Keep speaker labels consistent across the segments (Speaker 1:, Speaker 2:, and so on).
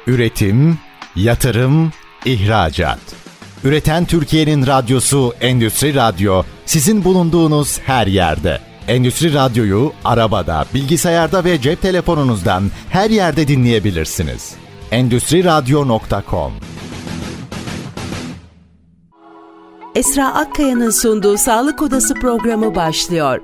Speaker 1: Üretim, yatırım, ihracat. Üreten Türkiye'nin radyosu Endüstri Radyo, sizin bulunduğunuz her yerde. Endüstri Radyo'yu arabada, bilgisayarda ve cep telefonunuzdan her yerde dinleyebilirsiniz. Endüstriradyo.com.
Speaker 2: Esra Akkaya'nın sunduğu Sağlık Odası programı başlıyor.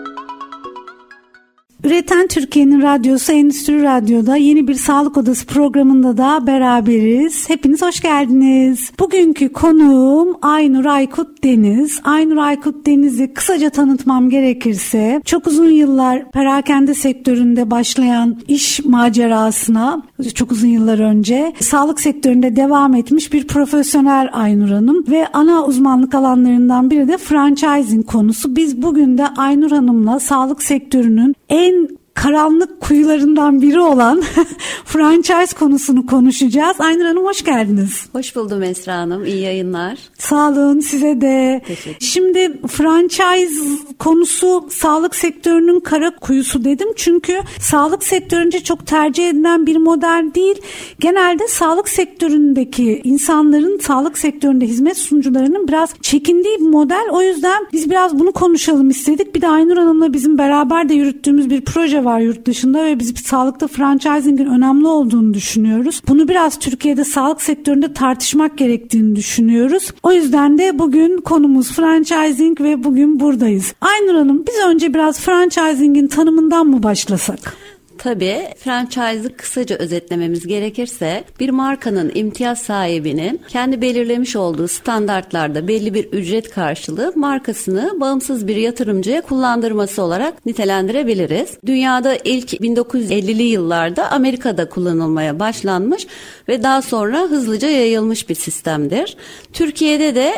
Speaker 3: Üreten Türkiye'nin radyosu Endüstri Radyo'da yeni bir Sağlık Odası programında da beraberiz. Hepiniz hoş geldiniz. Bugünkü konuğum Aynur Aykut Deniz. Aynur Aykut Deniz'i kısaca tanıtmam gerekirse çok uzun yıllar perakende sektöründe başlayan iş macerasına çok uzun yıllar önce sağlık sektöründe devam etmiş bir profesyonel Aynur Hanım ve ana uzmanlık alanlarından biri de franchising konusu. Biz bugün de Aynur Hanım'la sağlık sektörünün en karanlık kuyularından biri olan franchise konusunu konuşacağız. Aynur Hanım hoş geldiniz.
Speaker 4: Hoş buldum Esra Hanım. İyi yayınlar.
Speaker 3: Sağ olun size de. Şimdi franchise konusu sağlık sektörünün kara kuyusu dedim. Çünkü sağlık sektörünce çok tercih edilen bir model değil. Genelde sağlık sektöründeki insanların sağlık sektöründe hizmet sunucularının biraz çekindiği bir model. O yüzden biz biraz bunu konuşalım istedik. Bir de Aynur Hanım'la bizim beraber de yürüttüğümüz bir proje var yurt dışında ve biz sağlıkta franchising'in önemli olduğunu düşünüyoruz. Bunu biraz Türkiye'de sağlık sektöründe tartışmak gerektiğini düşünüyoruz. O yüzden de bugün konumuz franchising ve bugün buradayız. Aynur Hanım, biz önce biraz franchising'in tanımından mı başlasak?
Speaker 4: Tabii, franchise'ı kısaca özetlememiz gerekirse bir markanın imtiyaz sahibinin kendi belirlemiş olduğu standartlarda belli bir ücret karşılığı markasını bağımsız bir yatırımcıya kullandırması olarak nitelendirebiliriz. Dünyada ilk 1950'li yıllarda Amerika'da kullanılmaya başlanmış ve daha sonra hızlıca yayılmış bir sistemdir. Türkiye'de de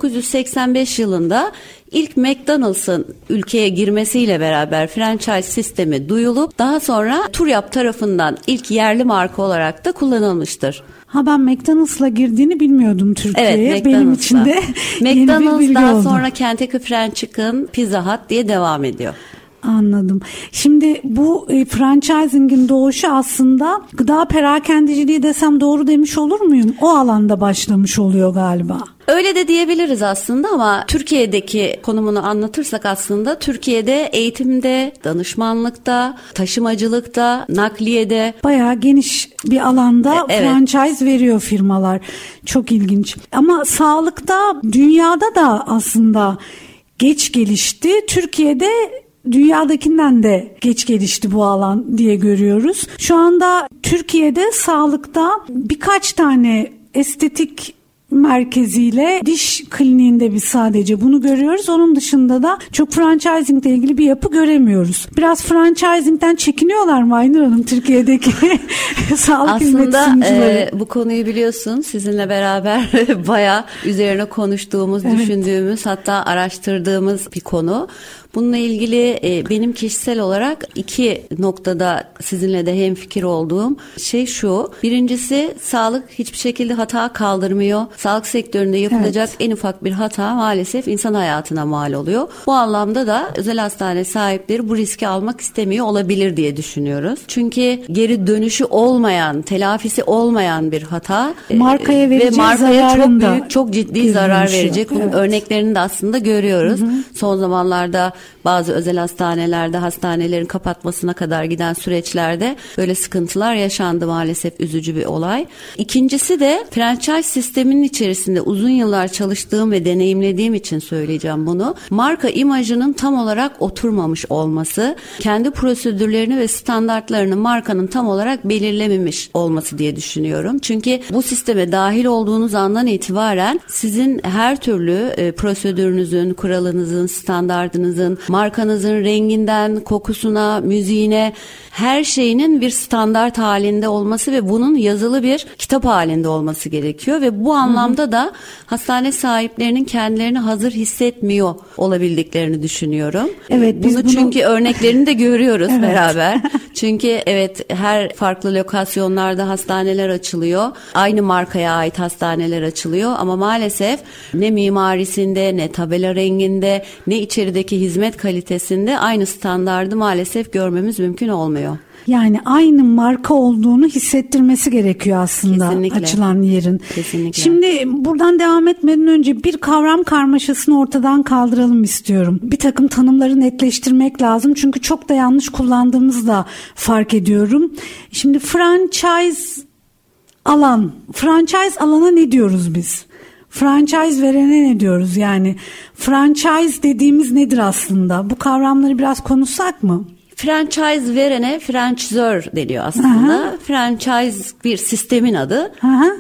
Speaker 4: 1985 yılında İlk McDonald's'ın ülkeye girmesiyle beraber franchise sistemi duyulup daha sonra Turyap tarafından ilk yerli marka olarak da kullanılmıştır.
Speaker 3: Ben McDonald's'la girdiğini bilmiyordum Türkiye'ye.
Speaker 4: Evet,
Speaker 3: benim için de
Speaker 4: McDonald's daha sonra Kentucky Fried Chicken, Pizza Hut diye devam ediyor.
Speaker 3: Anladım. Şimdi bu franchising'in doğuşu aslında gıda perakendeciliği desem doğru demiş olur muyum? O alanda başlamış oluyor galiba.
Speaker 4: Öyle de diyebiliriz aslında ama Türkiye'deki konumunu anlatırsak aslında Türkiye'de eğitimde, danışmanlıkta, taşımacılıkta, nakliyede
Speaker 3: bayağı geniş bir alanda franchise veriyor firmalar. Çok ilginç. Ama sağlıkta dünyada da aslında geç gelişti. Türkiye'de dünyadakinden de geç gelişti bu alan diye görüyoruz. Şu anda Türkiye'de sağlıkta birkaç tane estetik merkeziyle diş kliniğinde biz sadece bunu görüyoruz. Onun dışında da çok franchising ile ilgili bir yapı göremiyoruz. Biraz franchising'den çekiniyorlar mı Aynur Hanım Türkiye'deki sağlık hizmet sunucuları?
Speaker 4: Aslında bu konuyu biliyorsun, sizinle beraber bayağı üzerine konuştuğumuz, düşündüğümüz, hatta araştırdığımız bir konu. Bununla ilgili benim kişisel olarak iki noktada sizinle de hemfikir olduğum şey şu. Birincisi, sağlık hiçbir şekilde hata kaldırmıyor. Sağlık sektöründe yapılacak en ufak bir hata maalesef insan hayatına mal oluyor. Bu anlamda da özel hastane sahipleri bu riski almak istemiyor olabilir diye düşünüyoruz. Çünkü geri dönüşü olmayan, telafisi olmayan bir hata
Speaker 3: markaya vereceği
Speaker 4: ve markaya çok
Speaker 3: büyük,
Speaker 4: çok ciddi zarar verecek. Bunun örneklerini de aslında görüyoruz. Son zamanlarda bazı özel hastanelerde hastanelerin kapatmasına kadar giden süreçlerde böyle sıkıntılar yaşandı, maalesef üzücü bir olay. İkincisi de franchise sisteminin içerisinde uzun yıllar çalıştığım ve deneyimlediğim için söyleyeceğim bunu. Marka imajının tam olarak oturmamış olması, kendi prosedürlerini ve standartlarını markanın tam olarak belirlememiş olması diye düşünüyorum. Çünkü bu sisteme dahil olduğunuz andan itibaren sizin her türlü prosedürünüzün, kuralınızın, standartınızın, markanızın renginden, kokusuna, müziğine, her şeyinin bir standart halinde olması ve bunun yazılı bir kitap halinde olması gerekiyor ve bu anlamda da hastane sahiplerinin kendilerini hazır hissetmiyor olabildiklerini düşünüyorum.
Speaker 3: Evet,
Speaker 4: bunu çünkü örneklerini de görüyoruz beraber. Çünkü her farklı lokasyonlarda hastaneler açılıyor. Aynı markaya ait hastaneler açılıyor ama maalesef ne mimarisinde, ne tabela renginde, ne içerideki hizmet hizmet kalitesinde aynı standardı maalesef görmemiz mümkün olmuyor.
Speaker 3: Yani aynı marka olduğunu hissettirmesi gerekiyor aslında. Kesinlikle. Açılan yerin.
Speaker 4: Kesinlikle.
Speaker 3: Şimdi buradan devam etmeden önce bir kavram karmaşasını ortadan kaldıralım istiyorum. Bir takım tanımları netleştirmek lazım. Çünkü çok da yanlış kullandığımızı da fark ediyorum. Şimdi franchise alana ne diyoruz biz? Franchise verene ne diyoruz? Yani franchise dediğimiz nedir aslında? Bu kavramları biraz konuşsak mı?
Speaker 4: Franchise verene franchisör deniyor aslında. Aha. Franchise bir sistemin adı.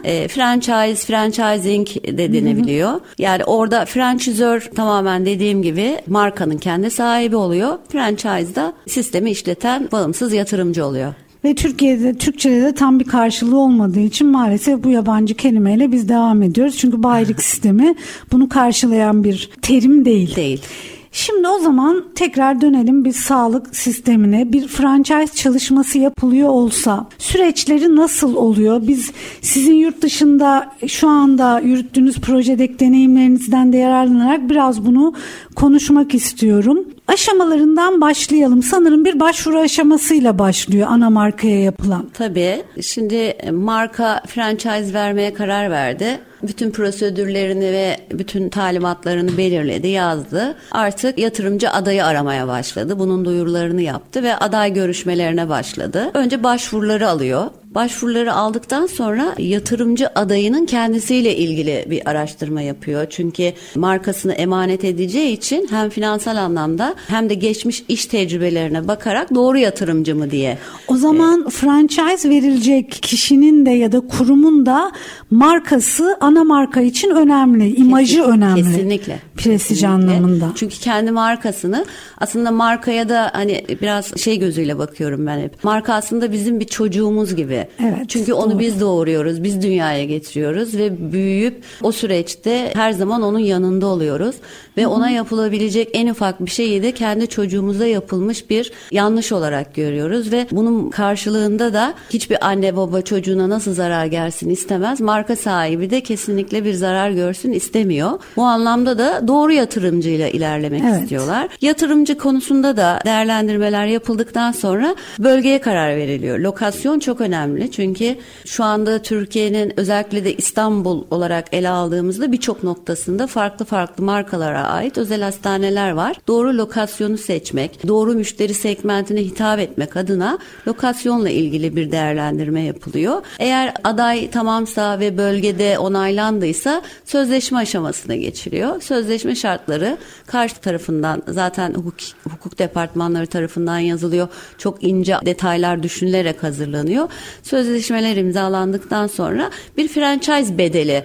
Speaker 4: Franchising de denebiliyor. Yani orada franchisör tamamen dediğim gibi markanın kendi sahibi oluyor. Franchise'da sistemi işleten bağımsız yatırımcı oluyor.
Speaker 3: Ve Türkçe'de de tam bir karşılığı olmadığı için maalesef bu yabancı kelimeyle biz devam ediyoruz. Çünkü bayilik sistemi bunu karşılayan bir terim değil. Şimdi o zaman tekrar dönelim bir sağlık sistemine. Bir franchise çalışması yapılıyor olsa süreçleri nasıl oluyor? Biz sizin yurt dışında şu anda yürüttüğünüz projedeki deneyimlerinizden de yararlanarak biraz bunu konuşmak istiyorum. Aşamalarından başlayalım. Sanırım bir başvuru aşamasıyla başlıyor ana markaya yapılan.
Speaker 4: Tabii. Şimdi marka franchise vermeye karar verdi. Bütün prosedürlerini ve bütün talimatlarını belirledi, yazdı. Artık yatırımcı adayı aramaya başladı. Bunun duyurularını yaptı ve aday görüşmelerine başladı. Önce başvuruları alıyor. Başvuruları aldıktan sonra yatırımcı adayının kendisiyle ilgili bir araştırma yapıyor. Çünkü markasını emanet edeceği için hem finansal anlamda hem de geçmiş iş tecrübelerine bakarak doğru yatırımcı mı diye.
Speaker 3: O zaman franchise verilecek kişinin de ya da kurumun da markası ana marka için önemli. İmajı önemli.
Speaker 4: Kesinlikle.
Speaker 3: Prestij anlamında.
Speaker 4: Çünkü kendi markasını aslında markaya da hani biraz gözüyle bakıyorum ben hep. Marka aslında bizim bir çocuğumuz gibi.
Speaker 3: Evet,
Speaker 4: çünkü onu biz doğuruyoruz, biz dünyaya getiriyoruz ve büyüyüp o süreçte her zaman onun yanında oluyoruz ve ona yapılabilecek en ufak bir şeyi de kendi çocuğumuza yapılmış bir yanlış olarak görüyoruz ve bunun karşılığında da hiçbir anne baba çocuğuna nasıl zarar gelsin istemez. Marka sahibi de kesinlikle bir zarar görsün istemiyor. Bu anlamda da doğru yatırımcıyla ilerlemek istiyorlar. Yatırımcı konusunda da değerlendirmeler yapıldıktan sonra bölgeye karar veriliyor. Lokasyon çok önemli. Çünkü şu anda Türkiye'nin özellikle de İstanbul olarak ele aldığımızda birçok noktasında farklı markalara ait özel hastaneler var. Doğru lokasyonu seçmek, doğru müşteri segmentine hitap etmek adına lokasyonla ilgili bir değerlendirme yapılıyor. Eğer aday tamamsa ve bölgede onaylandıysa sözleşme aşamasına geçiliyor. Sözleşme şartları karşı tarafından zaten hukuk departmanları tarafından yazılıyor. Çok ince detaylar düşünülerek hazırlanıyor. Sözleşmeler imzalandıktan sonra bir franchise bedeli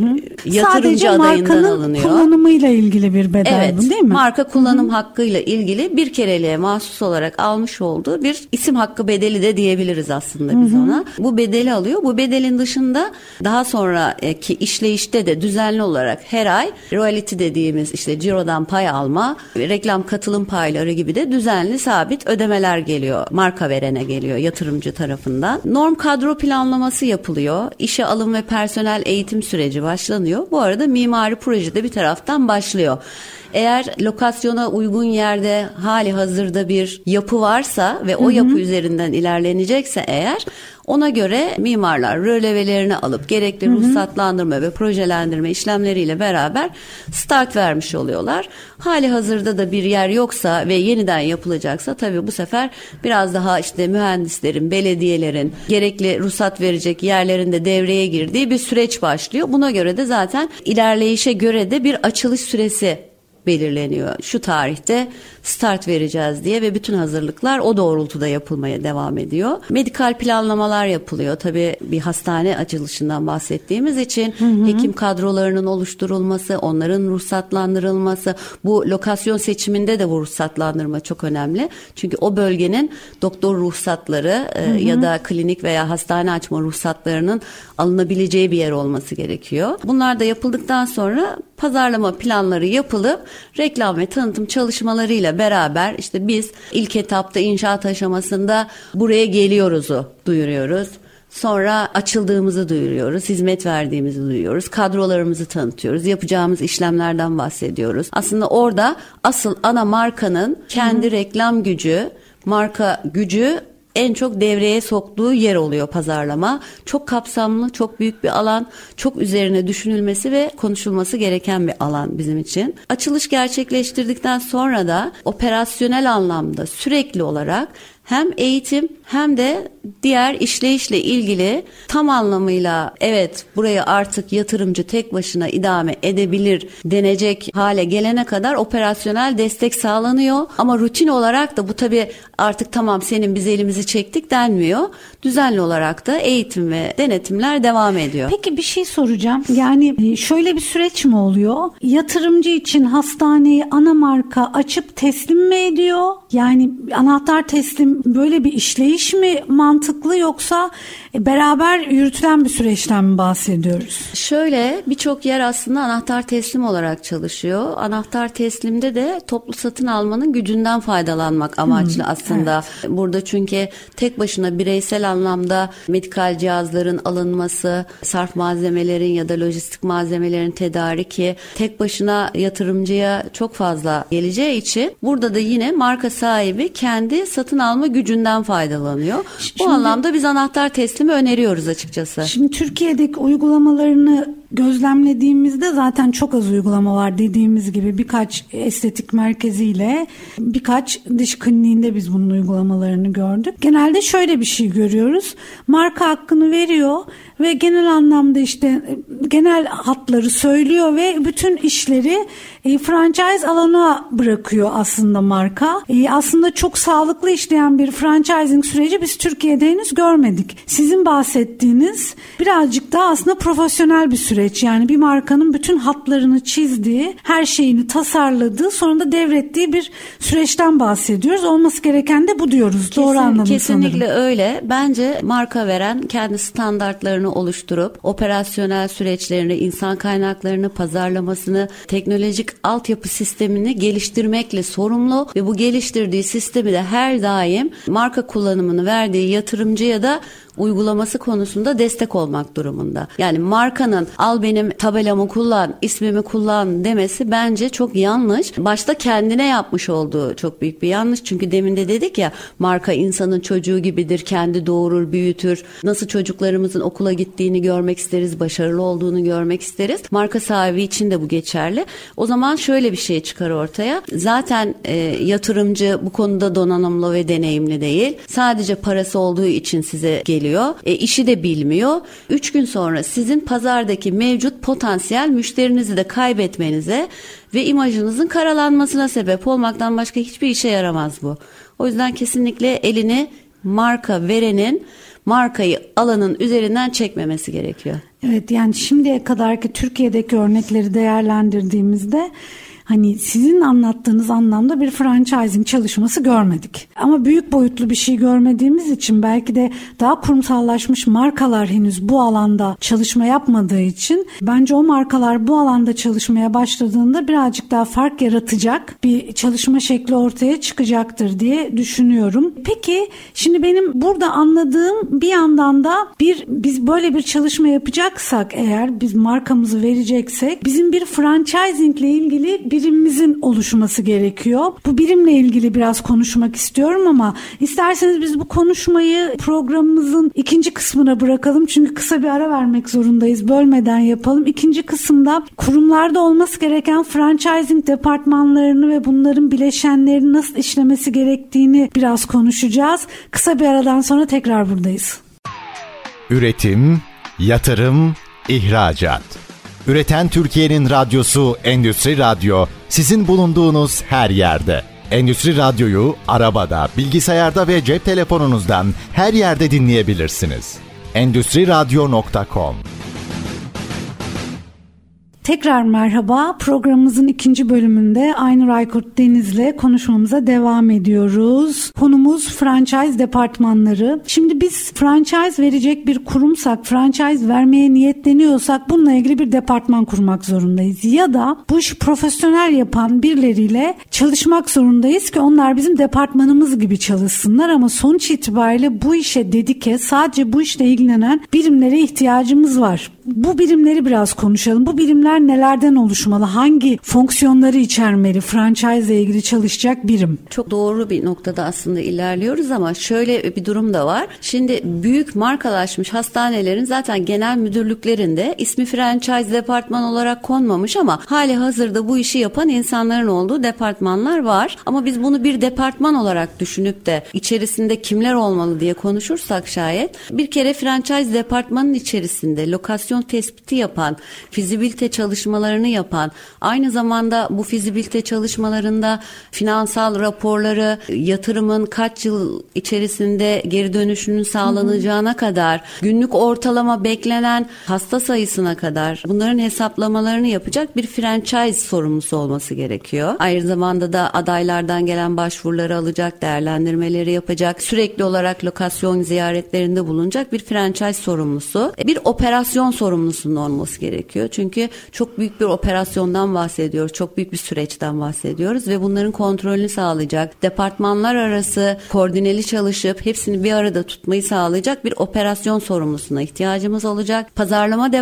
Speaker 4: yatırımcı adayından alınıyor.
Speaker 3: Sadece markanın kullanımıyla ilgili bir bedel bu değil mi?
Speaker 4: Marka kullanım hakkıyla ilgili bir kereliğe mahsus olarak almış olduğu bir isim hakkı bedeli de diyebiliriz aslında biz ona. Bu bedeli alıyor. Bu bedelin dışında daha sonraki işleyişte de düzenli olarak her ay royalty dediğimiz cirodan pay alma, reklam katılım payları gibi de düzenli sabit ödemeler geliyor. Marka verene geliyor yatırımcı tarafından. Norm kadro planlaması yapılıyor. İşe alım ve personel eğitim süreci başlanıyor. Bu arada mimari projede bir taraftan başlıyor. Eğer lokasyona uygun yerde hali hazırda bir yapı varsa ve o yapı üzerinden ilerlenecekse eğer ona göre mimarlar rölevelerini alıp gerekli ruhsatlandırma ve projelendirme işlemleriyle beraber start vermiş oluyorlar. Hali hazırda da bir yer yoksa ve yeniden yapılacaksa tabii bu sefer biraz daha mühendislerin, belediyelerin gerekli ruhsat verecek yerlerinde devreye girdiği bir süreç başlıyor. Buna göre de zaten ilerleyişe göre de bir açılış süresi belirleniyor. Şu tarihte start vereceğiz diye ve bütün hazırlıklar o doğrultuda yapılmaya devam ediyor. Medikal planlamalar yapılıyor. Tabii bir hastane açılışından bahsettiğimiz için hekim kadrolarının oluşturulması, onların ruhsatlandırılması, bu lokasyon seçiminde de bu ruhsatlandırma çok önemli. Çünkü o bölgenin doktor ruhsatları ya da klinik veya hastane açma ruhsatlarının alınabileceği bir yer olması gerekiyor. Bunlar da yapıldıktan sonra pazarlama planları yapılıp reklam ve tanıtım çalışmalarıyla beraber biz ilk etapta inşaat aşamasında buraya geliyoruzu duyuruyoruz. Sonra açıldığımızı duyuruyoruz, hizmet verdiğimizi duyuyoruz, kadrolarımızı tanıtıyoruz, yapacağımız işlemlerden bahsediyoruz. Aslında orada asıl ana markanın kendi reklam gücü, marka gücü en çok devreye soktuğu yer oluyor pazarlama. Çok kapsamlı, çok büyük bir alan, çok üzerine düşünülmesi ve konuşulması gereken bir alan bizim için. Açılış gerçekleştirdikten sonra da operasyonel anlamda sürekli olarak hem eğitim hem de diğer işleyişle ilgili tam anlamıyla evet burayı artık yatırımcı tek başına idame edebilir denecek hale gelene kadar operasyonel destek sağlanıyor. Ama rutin olarak da bu tabii artık tamam senin biz elimizi çektik denmiyor. Düzenli olarak da eğitim ve denetimler devam ediyor.
Speaker 3: Peki bir şey soracağım. Yani şöyle bir süreç mi oluyor? Yatırımcı için hastaneyi ana marka açıp teslim mi ediyor? Yani anahtar teslim böyle bir işleyiş mi mantıklı yoksa beraber yürütülen bir süreçten mi bahsediyoruz?
Speaker 4: Şöyle birçok yer aslında anahtar teslim olarak çalışıyor. Anahtar teslimde de toplu satın almanın gücünden faydalanmak amaçlı aslında. Evet. Burada çünkü tek başına bireysel anlamda medikal cihazların alınması, sarf malzemelerin ya da lojistik malzemelerin tedariki tek başına yatırımcıya çok fazla geleceği için burada da yine marka sahibi kendi satın alma gücünden faydalanıyor. Bu anlamda biz anahtar teslimi öneriyoruz açıkçası.
Speaker 3: Şimdi Türkiye'deki uygulamalarını gözlemlediğimizde zaten çok az uygulama var dediğimiz gibi birkaç estetik merkeziyle birkaç diş kliniğinde biz bunun uygulamalarını gördük. Genelde şöyle bir şey görüyoruz. Marka hakkını veriyor ve genel anlamda işte genel hatları söylüyor ve bütün işleri franchise alana bırakıyor aslında marka. Aslında çok sağlıklı işleyen bir franchising süreci biz Türkiye'de henüz görmedik. Sizin bahsettiğiniz birazcık daha aslında profesyonel bir süreç. Yani bir markanın bütün hatlarını çizdiği, her şeyini tasarladığı, sonra da devrettiği bir süreçten bahsediyoruz. Olması gereken de bu diyoruz. Doğru anladım
Speaker 4: kesinlikle
Speaker 3: sanırım.
Speaker 4: Öyle. Bence marka veren kendi standartlarını oluşturup operasyonel süreçlerini, insan kaynaklarını, pazarlamasını, teknolojik altyapı sistemini geliştirmekle sorumlu ve bu geliştirdiği sistemi de her daim marka kullanımını verdiği yatırımcıya da uygulaması konusunda destek olmak durumunda. Yani markanın al benim tabelamı kullan, ismimi kullan demesi bence çok yanlış. Başta kendine yapmış olduğu çok büyük bir yanlış. Çünkü demin de dedik ya, marka insanın çocuğu gibidir, kendi doğurur, büyütür. Nasıl çocuklarımızın okula gittiğini görmek isteriz, başarılı olduğunu görmek isteriz. Marka sahibi için de bu geçerli. O zaman şöyle bir şey çıkar ortaya. Zaten yatırımcı bu konuda donanımlı ve deneyimli değil. Sadece parası olduğu için size geliyor. İşi de bilmiyor. 3 gün sonra sizin pazardaki mevcut potansiyel müşterinizi de kaybetmenize ve imajınızın karalanmasına sebep olmaktan başka hiçbir işe yaramaz bu. O yüzden kesinlikle elini marka verenin markayı alanın üzerinden çekmemesi gerekiyor.
Speaker 3: Evet, yani şimdiye kadarki Türkiye'deki örnekleri değerlendirdiğimizde hani sizin anlattığınız anlamda bir franchising çalışması görmedik. Ama büyük boyutlu bir şey görmediğimiz için belki de daha kurumsallaşmış markalar henüz bu alanda çalışma yapmadığı için bence o markalar bu alanda çalışmaya başladığında birazcık daha fark yaratacak bir çalışma şekli ortaya çıkacaktır diye düşünüyorum. Peki şimdi benim burada anladığım bir yandan da biz böyle bir çalışma yapacaksak, eğer biz markamızı vereceksek bizim bir franchisingle ilgili birimimizin oluşması gerekiyor. Bu birimle ilgili biraz konuşmak istiyorum ama isterseniz biz bu konuşmayı programımızın ikinci kısmına bırakalım. Çünkü kısa bir ara vermek zorundayız. Bölmeden yapalım. İkinci kısımda kurumlarda olması gereken franchising departmanlarını ve bunların bileşenlerini nasıl işlemesi gerektiğini biraz konuşacağız. Kısa bir aradan sonra tekrar buradayız.
Speaker 1: Üretim, yatırım, ihracat. Üreten Türkiye'nin radyosu Endüstri Radyo, sizin bulunduğunuz her yerde. Endüstri Radyo'yu arabada, bilgisayarda ve cep telefonunuzdan her yerde dinleyebilirsiniz. Endüstriradyo.com.
Speaker 3: Tekrar merhaba. Programımızın 2. bölümünde Aynur Aykurt Deniz'le konuşmamıza devam ediyoruz. Konumuz franchise departmanları. Şimdi biz franchise verecek bir kurumsak, franchise vermeye niyetleniyorsak bununla ilgili bir departman kurmak zorundayız. Ya da bu işi profesyonel yapan birileriyle çalışmak zorundayız ki onlar bizim departmanımız gibi çalışsınlar, ama sonuç itibariyle bu işe dedike, sadece bu işle ilgilenen birimlere ihtiyacımız var. Bu birimleri biraz konuşalım. Bu birimler nelerden oluşmalı? Hangi fonksiyonları içermeli? Franchise ile ilgili çalışacak birim.
Speaker 4: Çok doğru bir noktada aslında ilerliyoruz ama şöyle bir durum da var. Şimdi büyük markalaşmış hastanelerin zaten genel müdürlüklerinde ismi franchise departman olarak konmamış ama hali hazırda bu işi yapan insanların olduğu departmanlar var. Ama biz bunu bir departman olarak düşünüp de içerisinde kimler olmalı diye konuşursak şayet, bir kere franchise departmanın içerisinde lokasyon tespiti yapan, fizibilite çalışmalarını yapan, aynı zamanda bu fizibilite çalışmalarında finansal raporları, yatırımın kaç yıl içerisinde geri dönüşünün sağlanacağına kadar, günlük ortalama beklenen hasta sayısına kadar bunların hesaplamalarını yapacak bir franchise sorumlusu olması gerekiyor. Aynı zamanda da adaylardan gelen başvuruları alacak, değerlendirmeleri yapacak, sürekli olarak lokasyon ziyaretlerinde bulunacak bir franchise sorumlusu, bir operasyon sorumlusunun olması gerekiyor. Çünkü çok büyük bir operasyondan bahsediyoruz. Çok büyük bir süreçten bahsediyoruz ve bunların kontrolünü sağlayacak, departmanlar arası koordineli çalışıp hepsini bir arada tutmayı sağlayacak bir operasyon sorumlusuna ihtiyacımız olacak. Pazarlama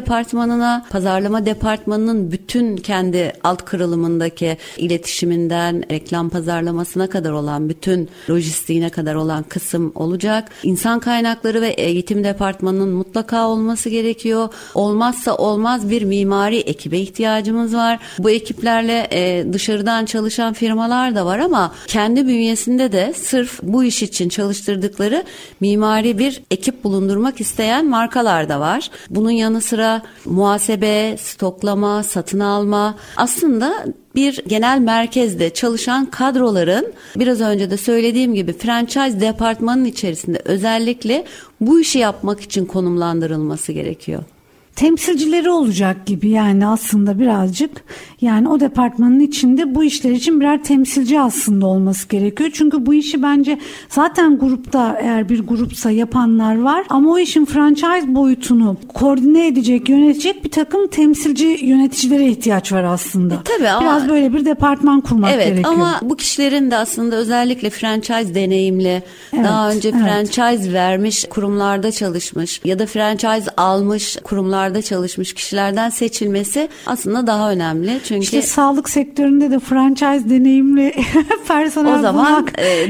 Speaker 4: departmanının bütün kendi alt kırılımındaki iletişiminden reklam pazarlamasına kadar olan, bütün lojistiğine kadar olan kısım olacak. İnsan kaynakları ve eğitim departmanının mutlaka olması gerekiyor. Olmazsa olmaz bir mimari ekibe ihtiyacımız var. Bu ekiplerle dışarıdan çalışan firmalar da var ama kendi bünyesinde de sırf bu iş için çalıştırdıkları mimari bir ekip bulundurmak isteyen markalar da var. Bunun yanı sıra muhasebe, stoklama, satın alma, aslında bir genel merkezde çalışan kadroların, biraz önce de söylediğim gibi franchise departmanının içerisinde özellikle bu işi yapmak için konumlandırılması gerekiyor.
Speaker 3: Temsilcileri olacak gibi, yani aslında birazcık, yani o departmanın içinde bu işler için birer temsilci aslında olması gerekiyor. Çünkü bu işi bence zaten grupta, eğer bir grupsa yapanlar var ama o işin franchise boyutunu koordine edecek, yönetecek bir takım temsilci yöneticilere ihtiyaç var aslında.
Speaker 4: Tabii ama
Speaker 3: biraz böyle bir departman kurmak gerekiyor.
Speaker 4: Evet, ama bu kişilerin de aslında özellikle franchise deneyimli, daha önce franchise vermiş kurumlarda çalışmış ya da franchise almış kurumlarda çalışmış kişilerden seçilmesi aslında daha önemli. Çünkü
Speaker 3: İşte sağlık sektöründe de franchise deneyimli personel
Speaker 4: o zaman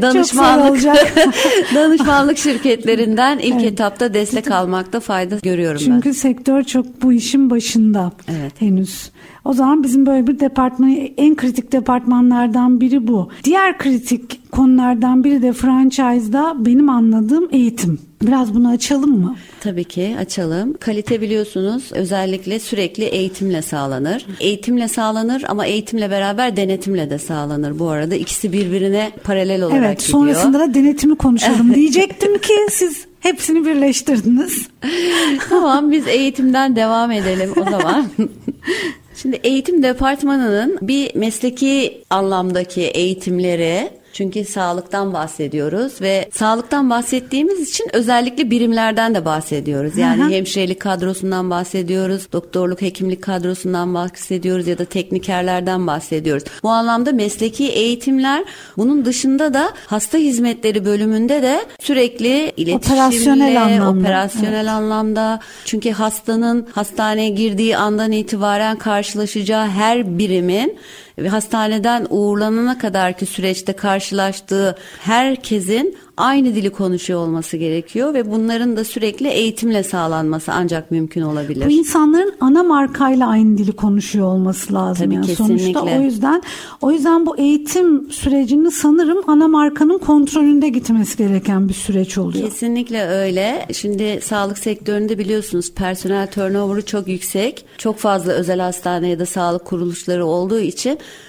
Speaker 4: danışmanlık şirketlerinden ilk etapta destek almakta fayda görüyorum ben.
Speaker 3: Çünkü sektör çok bu işin başında henüz. O zaman bizim böyle bir departmanı, en kritik departmanlardan biri bu. Diğer kritik konulardan biri de franchise'da benim anladığım eğitim. Biraz bunu açalım mı?
Speaker 4: Tabii ki açalım. Kalite biliyorsunuz özellikle sürekli eğitimle sağlanır. Eğitimle sağlanır ama eğitimle beraber denetimle de sağlanır. Bu arada ikisi birbirine paralel olarak gidiyor.
Speaker 3: Evet, sonrasında da denetimi konuşalım diyecektim ki siz hepsini birleştirdiniz.
Speaker 4: Tamam, biz eğitimden devam edelim o zaman. Şimdi eğitim departmanının bir mesleki anlamdaki eğitimleri, çünkü sağlıktan bahsediyoruz ve sağlıktan bahsettiğimiz için özellikle birimlerden de bahsediyoruz. Yani hemşirelik kadrosundan bahsediyoruz, doktorluk, hekimlik kadrosundan bahsediyoruz ya da teknikerlerden bahsediyoruz. Bu anlamda mesleki eğitimler, bunun dışında da hasta hizmetleri bölümünde de sürekli iletişimle, operasyonel anlamda. Çünkü hastanın hastaneye girdiği andan itibaren karşılaşacağı her birimin ve hastaneden uğurlanana kadarki süreçte karşılaştığı herkesin aynı dili konuşuyor olması gerekiyor ve bunların da sürekli eğitimle sağlanması ancak mümkün olabilir.
Speaker 3: Bu insanların ana markayla aynı dili konuşuyor olması lazım.
Speaker 4: Tabii,
Speaker 3: yani
Speaker 4: kesinlikle.
Speaker 3: Sonuçta o yüzden bu eğitim sürecini sanırım ana markanın kontrolünde gitmesi gereken bir süreç oluyor.
Speaker 4: Kesinlikle öyle. Şimdi sağlık sektöründe biliyorsunuz personel turnover'ı çok yüksek. Çok fazla özel hastane ya da sağlık kuruluşları olduğu için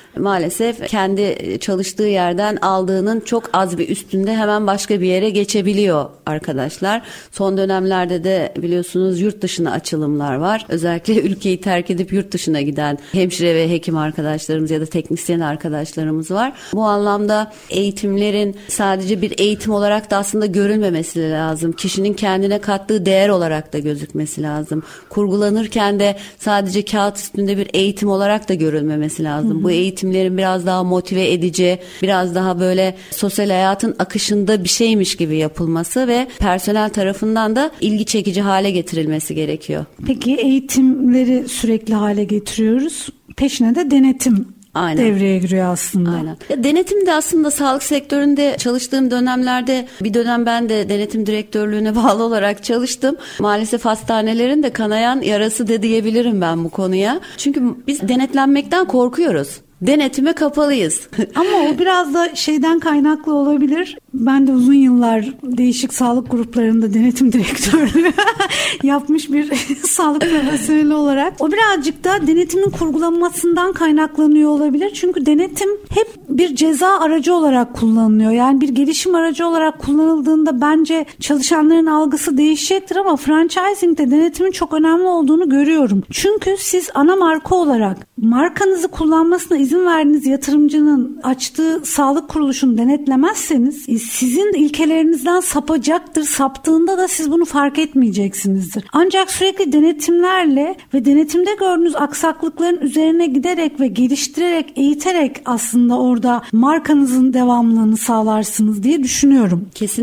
Speaker 4: maalesef kendi çalıştığı yerden aldığının çok az bir üstünde hemen başka bir yere geçebiliyor arkadaşlar. Son dönemlerde de biliyorsunuz yurt dışına açılımlar var. Özellikle ülkeyi terk edip yurt dışına giden hemşire ve hekim arkadaşlarımız ya da teknisyen arkadaşlarımız var. Bu anlamda eğitimlerin sadece bir eğitim olarak da aslında görülmemesi lazım. Kişinin kendine kattığı değer olarak da gözükmesi lazım. Kurgulanırken de sadece kağıt üstünde bir eğitim olarak da görülmemesi lazım. Bu eğitimlerin biraz daha motive edici, biraz daha böyle sosyal hayatın akışında bir şeymiş gibi yapılması ve personel tarafından da ilgi çekici hale getirilmesi gerekiyor.
Speaker 3: Peki eğitimleri sürekli hale getiriyoruz. Peşine de denetim devreye giriyor aslında.
Speaker 4: Aynen. Ya denetim de aslında sağlık sektöründe çalıştığım dönemlerde bir dönem ben de denetim direktörlüğüne bağlı olarak çalıştım. Maalesef hastanelerin de kanayan yarası da diyebilirim ben bu konuya. Çünkü biz denetlenmekten korkuyoruz. Denetime kapalıyız.
Speaker 3: Ama o biraz da şeyden kaynaklı olabilir. Ben de uzun yıllar değişik sağlık gruplarında denetim direktörlüğü yapmış bir sağlık profesyoneli olarak. O birazcık da denetimin kurgulanmasından kaynaklanıyor olabilir. Çünkü denetim hep bir ceza aracı olarak kullanılıyor. Yani bir gelişim aracı olarak kullanıldığında bence çalışanların algısı değişecektir ama franchising'de denetimin çok önemli olduğunu görüyorum. Çünkü siz ana marka olarak markanızı kullanmasına izin verdiğiniz yatırımcının açtığı sağlık kuruluşunu denetlemezseniz sizin ilkelerinizden sapacaktır. Saptığında da siz bunu fark etmeyeceksinizdir. Ancak sürekli denetimlerle ve denetimde gördüğünüz aksaklıkların üzerine giderek ve geliştirerek, eğiterek aslında orada markanızın devamlılığını sağlarsınız diye düşünüyorum.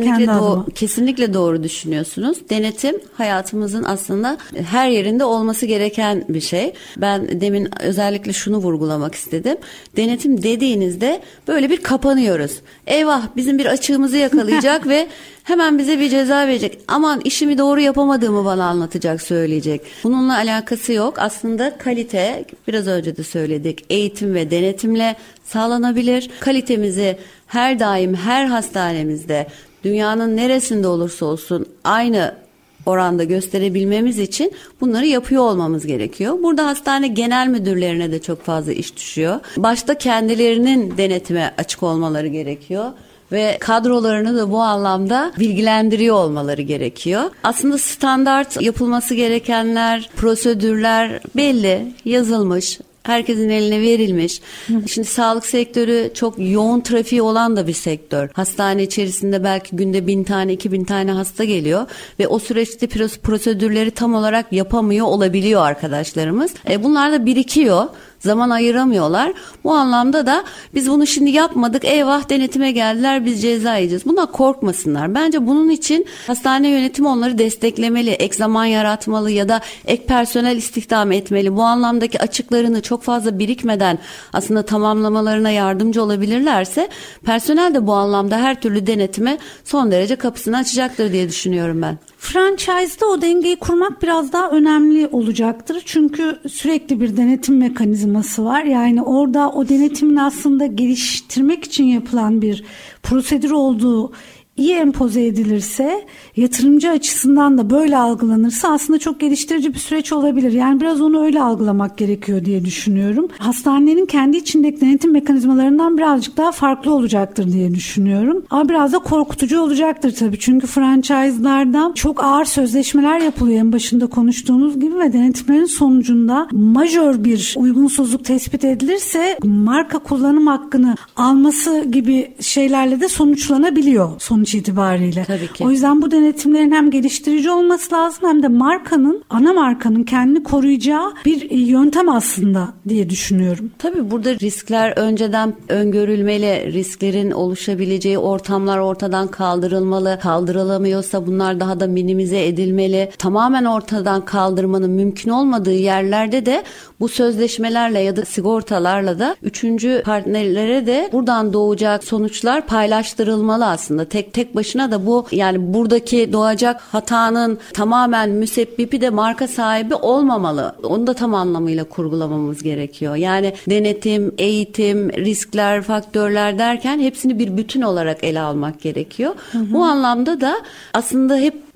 Speaker 4: Kesinlikle doğru düşünüyorsunuz. Denetim hayatımızın aslında her yerinde olması gereken bir şey. Ben demin özellikle şunu vurgulamak istedim. Denetim dediğinizde böyle bir kapanıyoruz. Eyvah, bizim bir açığımızı yakalayacak ve hemen bize bir ceza verecek. Aman işimi doğru yapamadığımı bana anlatacak, söyleyecek. Bununla alakası yok. Aslında kalite, biraz önce de söyledik, eğitim ve denetimle sağlanabilir. Kalitemizi her daim her hastanemizde, dünyanın neresinde olursa olsun aynı oranda gösterebilmemiz için bunları yapıyor olmamız gerekiyor. Burada hastane genel müdürlerine de çok fazla iş düşüyor. Başta kendilerinin denetime açık olmaları gerekiyor ve kadrolarını da bu anlamda bilgilendiriyor olmaları gerekiyor. Aslında standart yapılması gerekenler, prosedürler belli, yazılmış. Herkesin eline verilmiş. Şimdi sağlık sektörü çok yoğun trafiği olan da bir sektör. Hastane içerisinde belki günde 1000 tane, 2000 tane hasta geliyor ve o süreçte prosedürleri tam olarak yapamıyor olabiliyor arkadaşlarımız. Bunlar da birikiyor. Zaman ayıramıyorlar. Bu anlamda da biz bunu şimdi yapmadık, eyvah denetime geldiler, biz ceza yiyeceğiz. Bunlar korkmasınlar. Bence bunun için hastane yönetimi onları desteklemeli, ek zaman yaratmalı ya da ek personel istihdam etmeli. Bu anlamdaki açıklarını çok fazla birikmeden aslında tamamlamalarına yardımcı olabilirlerse personel de bu anlamda her türlü denetime son derece kapısını açacaktır diye düşünüyorum ben.
Speaker 3: Franchise'da o dengeyi kurmak biraz daha önemli olacaktır. Çünkü sürekli bir denetim mekanizması var. Yani orada o denetimin aslında geliştirmek için yapılan bir prosedür olduğu iyi empoze edilirse, yatırımcı açısından da böyle algılanırsa aslında çok geliştirici bir süreç olabilir. Yani biraz onu öyle algılamak gerekiyor diye düşünüyorum. Hastanelerin kendi içindeki denetim mekanizmalarından birazcık daha farklı olacaktır diye düşünüyorum. Ama biraz da korkutucu olacaktır tabii. Çünkü franchise'larda çok ağır sözleşmeler yapılıyor en başında konuştuğumuz gibi ve denetimlerin sonucunda majör bir uygunsuzluk tespit edilirse marka kullanım hakkını alması gibi şeylerle de sonuçlanabiliyor sonuç itibariyle.
Speaker 4: Tabii ki.
Speaker 3: O yüzden bu denetimlerin hem geliştirici olması lazım hem de ana markanın kendini koruyacağı bir yöntem aslında diye düşünüyorum.
Speaker 4: Tabii burada riskler önceden öngörülmeli. Risklerin oluşabileceği ortamlar ortadan kaldırılmalı. Kaldırılamıyorsa bunlar daha da minimize edilmeli. Tamamen ortadan kaldırmanın mümkün olmadığı yerlerde de bu sözleşmelerle ya da sigortalarla da üçüncü partnerlere de buradan doğacak sonuçlar paylaştırılmalı aslında. Tek başına da bu, yani buradaki doğacak hatanın tamamen müsebbibi de marka sahibi olmamalı. Onu da tam anlamıyla kurgulamamız gerekiyor. Yani denetim, eğitim, riskler, faktörler derken hepsini bir bütün olarak ele almak gerekiyor. Bu anlamda da aslında hep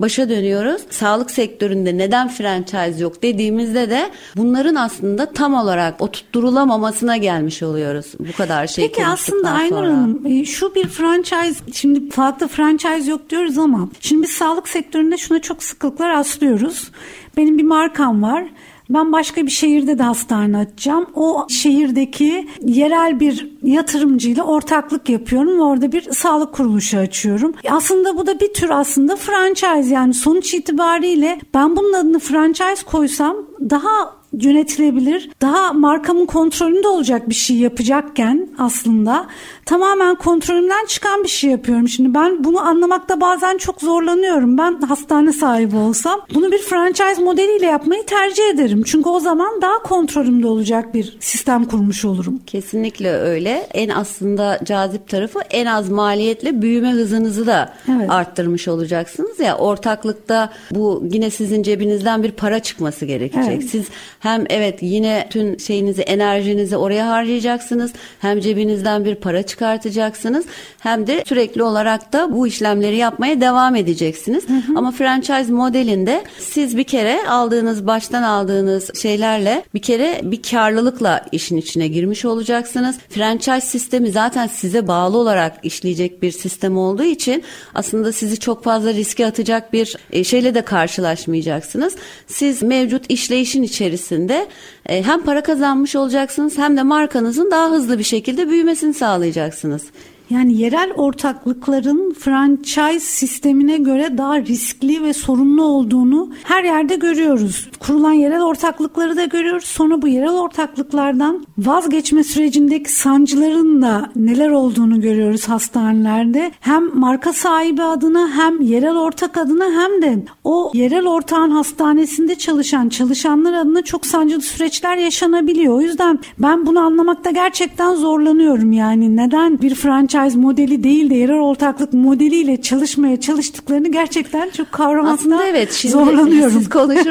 Speaker 4: başa dönüyoruz. Sağlık sektöründe neden franchise yok dediğimizde de bunların aslında tam olarak oturtturulamamasına gelmiş oluyoruz. Bu kadar şey
Speaker 3: Peki
Speaker 4: konuştuktan sonra.
Speaker 3: aslında Aynur Hanım, şu bir franchise, şimdi farklı franchise yok diyoruz ama şimdi biz sağlık sektöründe şuna çok sıklıkla rastlıyoruz. Benim bir markam var. Ben başka bir şehirde de hastane açacağım. O şehirdeki yerel bir yatırımcıyla ortaklık yapıyorum ve orada bir sağlık kuruluşu açıyorum. Aslında bu da bir tür aslında franchise, yani sonuç itibariyle ben bunun adını franchise koysam daha yönetilebilir, daha markamın kontrolünde olacak bir şey yapacakken aslında tamamen kontrolümden çıkan bir şey yapıyorum. Şimdi ben bunu anlamakta bazen çok zorlanıyorum. Ben hastane sahibi olsam bunu bir franchise modeliyle yapmayı tercih ederim. Çünkü o zaman daha kontrolümde olacak bir sistem kurmuş olurum.
Speaker 4: Kesinlikle öyle. En aslında cazip tarafı en az maliyetle büyüme hızınızı da arttırmış olacaksınız ya. Ortaklıkta bu yine sizin cebinizden bir para çıkması gerekecek. Evet. Siz hem yine tüm şeyinizi, enerjinizi oraya harcayacaksınız. Hem cebinizden bir para çıkartacaksınız. Hem de sürekli olarak da bu işlemleri yapmaya devam edeceksiniz. Hı hı. Ama franchise modelinde siz bir kere baştan aldığınız şeylerle bir kere bir karlılıkla işin içine girmiş olacaksınız. Franchise sistemi zaten size bağlı olarak işleyecek bir sistem olduğu için aslında sizi çok fazla riske atacak bir şeyle de karşılaşmayacaksınız. Siz mevcut işleyişin içerisinde hem para kazanmış olacaksınız hem de markanızın daha hızlı bir şekilde büyümesini sağlayacaksınız.
Speaker 3: Yani yerel ortaklıkların franchise sistemine göre daha riskli ve sorunlu olduğunu her yerde görüyoruz. Kurulan yerel ortaklıkları da görüyoruz. Sonra bu yerel ortaklıklardan vazgeçme sürecindeki sancıların da neler olduğunu görüyoruz hastanelerde. Hem marka sahibi adına hem yerel ortak adına hem de o yerel ortağın hastanesinde çalışanlar adına çok sancılı süreçler yaşanabiliyor. O yüzden ben bunu anlamakta gerçekten zorlanıyorum. Yani neden bir franchise modeli değil de yerel ortaklık modeliyle çalıştıklarını gerçekten çok kavramakta zorlanıyorum.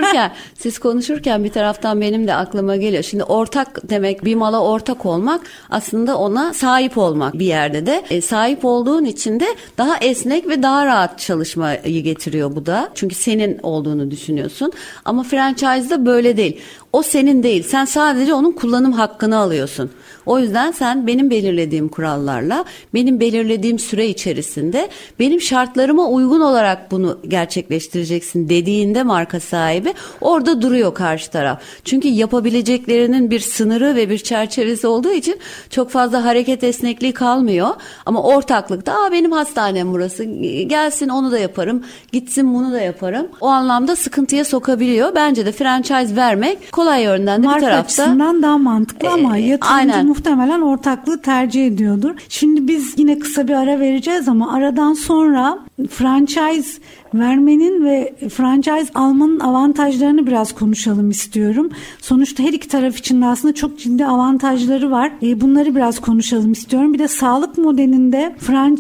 Speaker 4: Siz konuşurken bir taraftan benim de aklıma geliyor. Şimdi ortak demek, bir mala ortak olmak aslında ona sahip olmak bir yerde de. Sahip olduğun için de daha esnek ve daha rahat çalışmayı getiriyor bu da. Çünkü senin olduğunu düşünüyorsun. Ama franchise'da böyle değil. O senin değil. Sen sadece onun kullanım hakkını alıyorsun. O yüzden sen benim belirlediğim kurallarla, benim belirlediğim süre içerisinde benim şartlarıma uygun olarak bunu gerçekleştireceksin dediğinde marka sahibi orada duruyor karşı taraf. Çünkü yapabileceklerinin bir sınırı ve bir çerçevesi olduğu için çok fazla hareket esnekliği kalmıyor. Ama ortaklıkta benim hastanem burası, gelsin onu da yaparım, gitsin bunu da yaparım. O anlamda sıkıntıya sokabiliyor. Bence de franchise vermek kolay yönden de bir tarafta.
Speaker 3: Marka açısından daha mantıklı ama yatırımcı muhtemelen ortaklığı tercih ediyordur. Şimdi biz yine kısa bir ara vereceğiz ama aradan sonra franchise vermenin ve franchise almanın avantajlarını biraz konuşalım istiyorum. Sonuçta her iki taraf için de aslında çok ciddi avantajları var. Bunları biraz konuşalım istiyorum. Bir de sağlık modelinde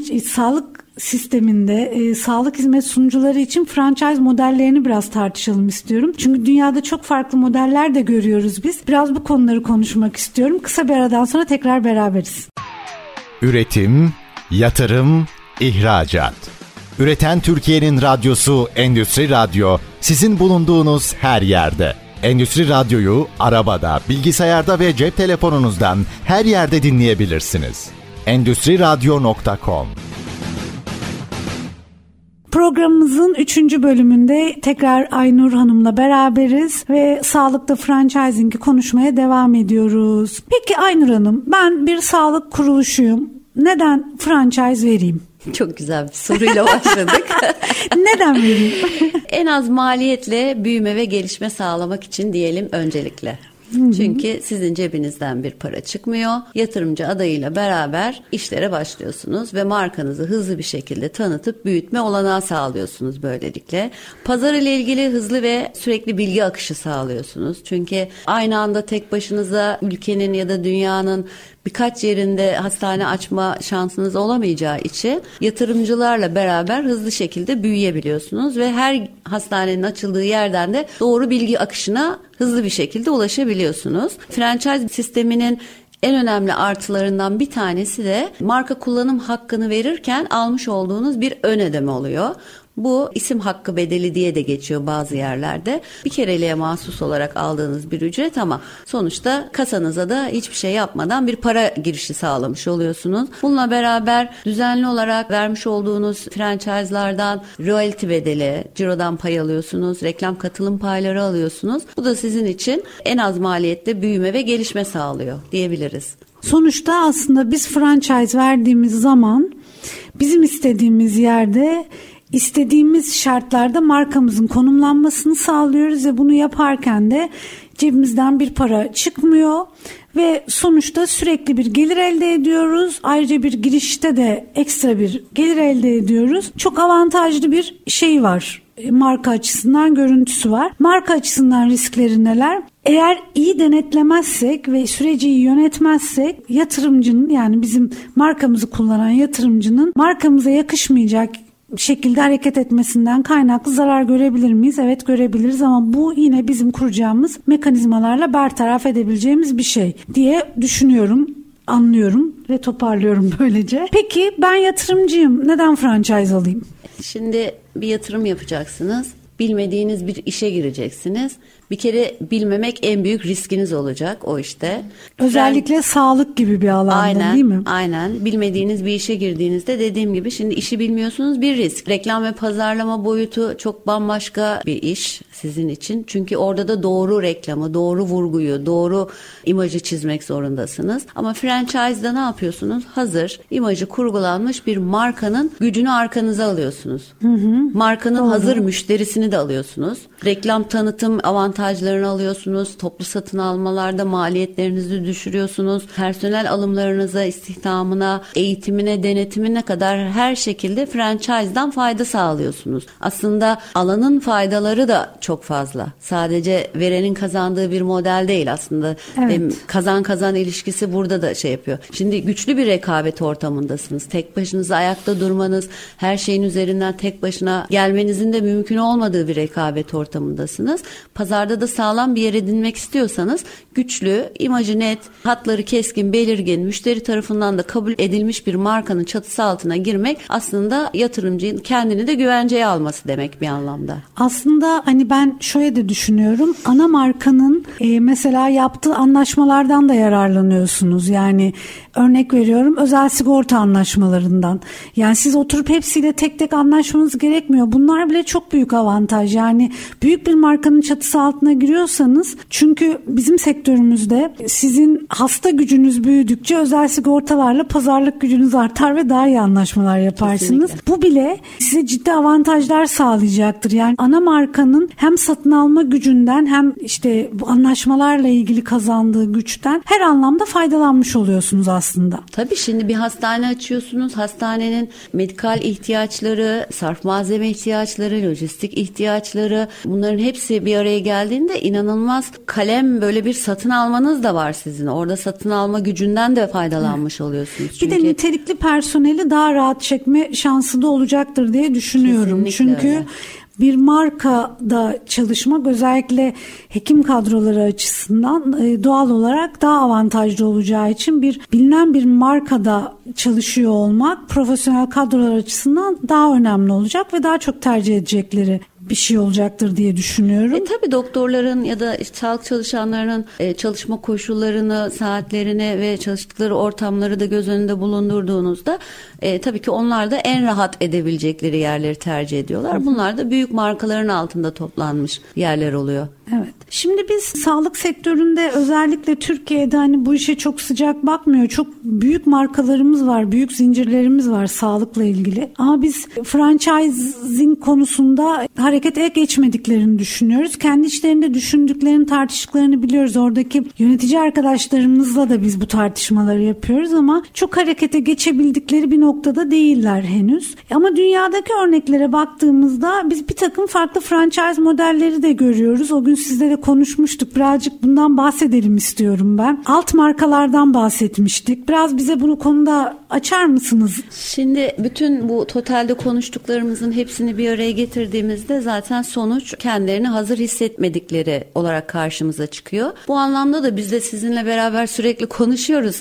Speaker 3: sağlık sisteminde sağlık hizmet sunucuları için franchise modellerini biraz tartışalım istiyorum. Çünkü dünyada çok farklı modeller de görüyoruz biz. Biraz bu konuları konuşmak istiyorum. Kısa bir aradan sonra tekrar beraberiz.
Speaker 1: Üretim, yatırım, ihracat. Üreten Türkiye'nin radyosu Endüstri Radyo, sizin bulunduğunuz her yerde. Endüstri Radyo'yu arabada, bilgisayarda ve cep telefonunuzdan her yerde dinleyebilirsiniz. Endüstriradyo.com.
Speaker 3: Programımızın 3. bölümünde tekrar Aynur Hanım'la beraberiz ve sağlıkta franchising'i konuşmaya devam ediyoruz. Peki Aynur Hanım, ben bir sağlık kuruluşuyum. Neden franchise vereyim?
Speaker 4: Çok güzel bir soruyla başladık.
Speaker 3: Neden vereyim?
Speaker 4: En az maliyetle büyüme ve gelişme sağlamak için diyelim öncelikle. Çünkü sizin cebinizden bir para çıkmıyor. Yatırımcı adayıyla beraber işlere başlıyorsunuz ve markanızı hızlı bir şekilde tanıtıp büyütme olanağı sağlıyorsunuz böylelikle. Pazar ile ilgili hızlı ve sürekli bilgi akışı sağlıyorsunuz. Çünkü aynı anda tek başınıza ülkenin ya da dünyanın birkaç yerinde hastane açma şansınız olamayacağı için yatırımcılarla beraber hızlı şekilde büyüyebiliyorsunuz ve her hastanenin açıldığı yerden de doğru bilgi akışına hızlı bir şekilde ulaşabiliyorsunuz. Franchise sisteminin en önemli artılarından bir tanesi de marka kullanım hakkını verirken almış olduğunuz bir ön ödeme oluyor. Bu isim hakkı bedeli diye de geçiyor bazı yerlerde. Bir kereliğe mahsus olarak aldığınız bir ücret ama sonuçta kasanıza da hiçbir şey yapmadan bir para girişi sağlamış oluyorsunuz. Bununla beraber düzenli olarak vermiş olduğunuz franchise'lardan royalty bedeli, cirodan pay alıyorsunuz, reklam katılım payları alıyorsunuz. Bu da sizin için en az maliyette büyüme ve gelişme sağlıyor diyebiliriz.
Speaker 3: Sonuçta aslında biz franchise verdiğimiz zaman bizim istediğimiz yerde, istediğimiz şartlarda markamızın konumlanmasını sağlıyoruz ve bunu yaparken de cebimizden bir para çıkmıyor ve sonuçta sürekli bir gelir elde ediyoruz. Ayrıca bir girişte de ekstra bir gelir elde ediyoruz. Çok avantajlı bir şey var. Marka açısından görüntüsü var. Marka açısından riskleri neler? Eğer iyi denetlemezsek ve süreci iyi yönetmezsek yatırımcının, yani bizim markamızı kullanan yatırımcının markamıza yakışmayacak şekilde hareket etmesinden kaynaklı zarar görebilir miyiz? Evet, görebiliriz ama bu yine bizim kuracağımız mekanizmalarla bertaraf edebileceğimiz bir şey diye düşünüyorum, anlıyorum ve toparlıyorum böylece. Peki ben yatırımcıyım. Neden franchise alayım?
Speaker 4: Şimdi bir yatırım yapacaksınız. Bilmediğiniz bir işe gireceksiniz. Bir kere bilmemek en büyük riskiniz olacak o işte.
Speaker 3: Özellikle sağlık gibi bir alanda, değil mi?
Speaker 4: Aynen. Bilmediğiniz bir işe girdiğinizde dediğim gibi şimdi işi bilmiyorsunuz, bir risk. Reklam ve pazarlama boyutu çok bambaşka bir iş sizin için. Çünkü orada da doğru reklamı, doğru vurguyu, doğru imajı çizmek zorundasınız. Ama franchise'da ne yapıyorsunuz? Hazır, imajı kurgulanmış bir markanın gücünü arkanıza alıyorsunuz. Markanın hazır müşterisini de alıyorsunuz. Reklam, tanıtım avantajlarını alıyorsunuz. Toplu satın almalarda maliyetlerinizi düşürüyorsunuz. Personel alımlarınıza, istihdamına, eğitimine, denetimine kadar her şekilde franchise'dan fayda sağlıyorsunuz. Aslında alanın faydaları da çok fazla. Sadece verenin kazandığı bir model değil aslında. Evet. Kazan kazan ilişkisi burada da şey yapıyor. Şimdi güçlü bir rekabet ortamındasınız. Tek başınıza ayakta durmanız, her şeyin üzerinden tek başına gelmenizin de mümkün olmadığı bir rekabet ortamındasınız. Pazarda da sağlam bir yer edinmek istiyorsanız güçlü, imajı net, hatları keskin, belirgin, müşteri tarafından da kabul edilmiş bir markanın çatısı altına girmek aslında yatırımcının kendini de güvenceye alması demek bir anlamda.
Speaker 3: Aslında hani ben şöyle de düşünüyorum. Ana markanın mesela yaptığı anlaşmalardan da yararlanıyorsunuz. Yani örnek veriyorum, özel sigorta anlaşmalarından. Yani siz oturup hepsiyle tek tek anlaşmanız gerekmiyor. Bunlar bile çok büyük avantaj. Yani büyük bir markanın çatısı altına giriyorsanız, çünkü bizim sektörümüzde sizin hasta gücünüz büyüdükçe özel sigortalarla pazarlık gücünüz artar ve daha iyi anlaşmalar yaparsınız. Kesinlikle. Bu bile size ciddi avantajlar sağlayacaktır. Yani ana markanın hem satın alma gücünden hem işte bu anlaşmalarla ilgili kazandığı güçten her anlamda faydalanmış oluyorsunuz aslında.
Speaker 4: Tabii şimdi bir hastane açıyorsunuz. Hastanenin medikal ihtiyaçları, sarf malzeme ihtiyaçları, lojistik ihtiyaçları, bunların hepsi bir araya geldiğinde inanılmaz kalem böyle bir satın almanız da var sizin. Orada satın alma gücünden de faydalanmış oluyorsunuz. Çünkü
Speaker 3: bir de nitelikli personeli daha rahat çekme şansı da olacaktır diye düşünüyorum. Kesinlikle çünkü öyle. Bir markada çalışmak özellikle hekim kadroları açısından doğal olarak daha avantajlı olacağı için bilinen bir markada çalışıyor olmak profesyonel kadrolar açısından daha önemli olacak ve daha çok tercih edecekleri bir şey olacaktır diye düşünüyorum.
Speaker 4: Tabii doktorların ya da sağlık çalışanlarının çalışma koşullarını, saatlerini ve çalıştıkları ortamları da göz önünde bulundurduğunuzda tabii ki onlar da en rahat edebilecekleri yerleri tercih ediyorlar. Bunlar da büyük markaların altında toplanmış yerler oluyor.
Speaker 3: Evet. Şimdi biz sağlık sektöründe özellikle Türkiye'de hani bu işe çok sıcak bakmıyor. Çok büyük markalarımız var, büyük zincirlerimiz var sağlıkla ilgili. Ama biz franchising konusunda harekete geçmediklerini düşünüyoruz. Kendi içlerinde düşündüklerini, tartıştıklarını biliyoruz. Oradaki yönetici arkadaşlarımızla da biz bu tartışmaları yapıyoruz ama çok harekete geçebildikleri bir noktada değiller henüz. Ama dünyadaki örneklere baktığımızda biz bir takım farklı franchise modelleri de görüyoruz. O gün sizle de konuşmuştuk. Birazcık bundan bahsedelim istiyorum ben. Alt markalardan bahsetmiştik. Biraz bize bunu konuda açar mısınız?
Speaker 4: Şimdi bütün bu totalde konuştuklarımızın hepsini bir araya getirdiğimizde zaten sonuç kendilerini hazır hissetmedikleri olarak karşımıza çıkıyor. Bu anlamda da biz de sizinle beraber sürekli konuşuyoruz.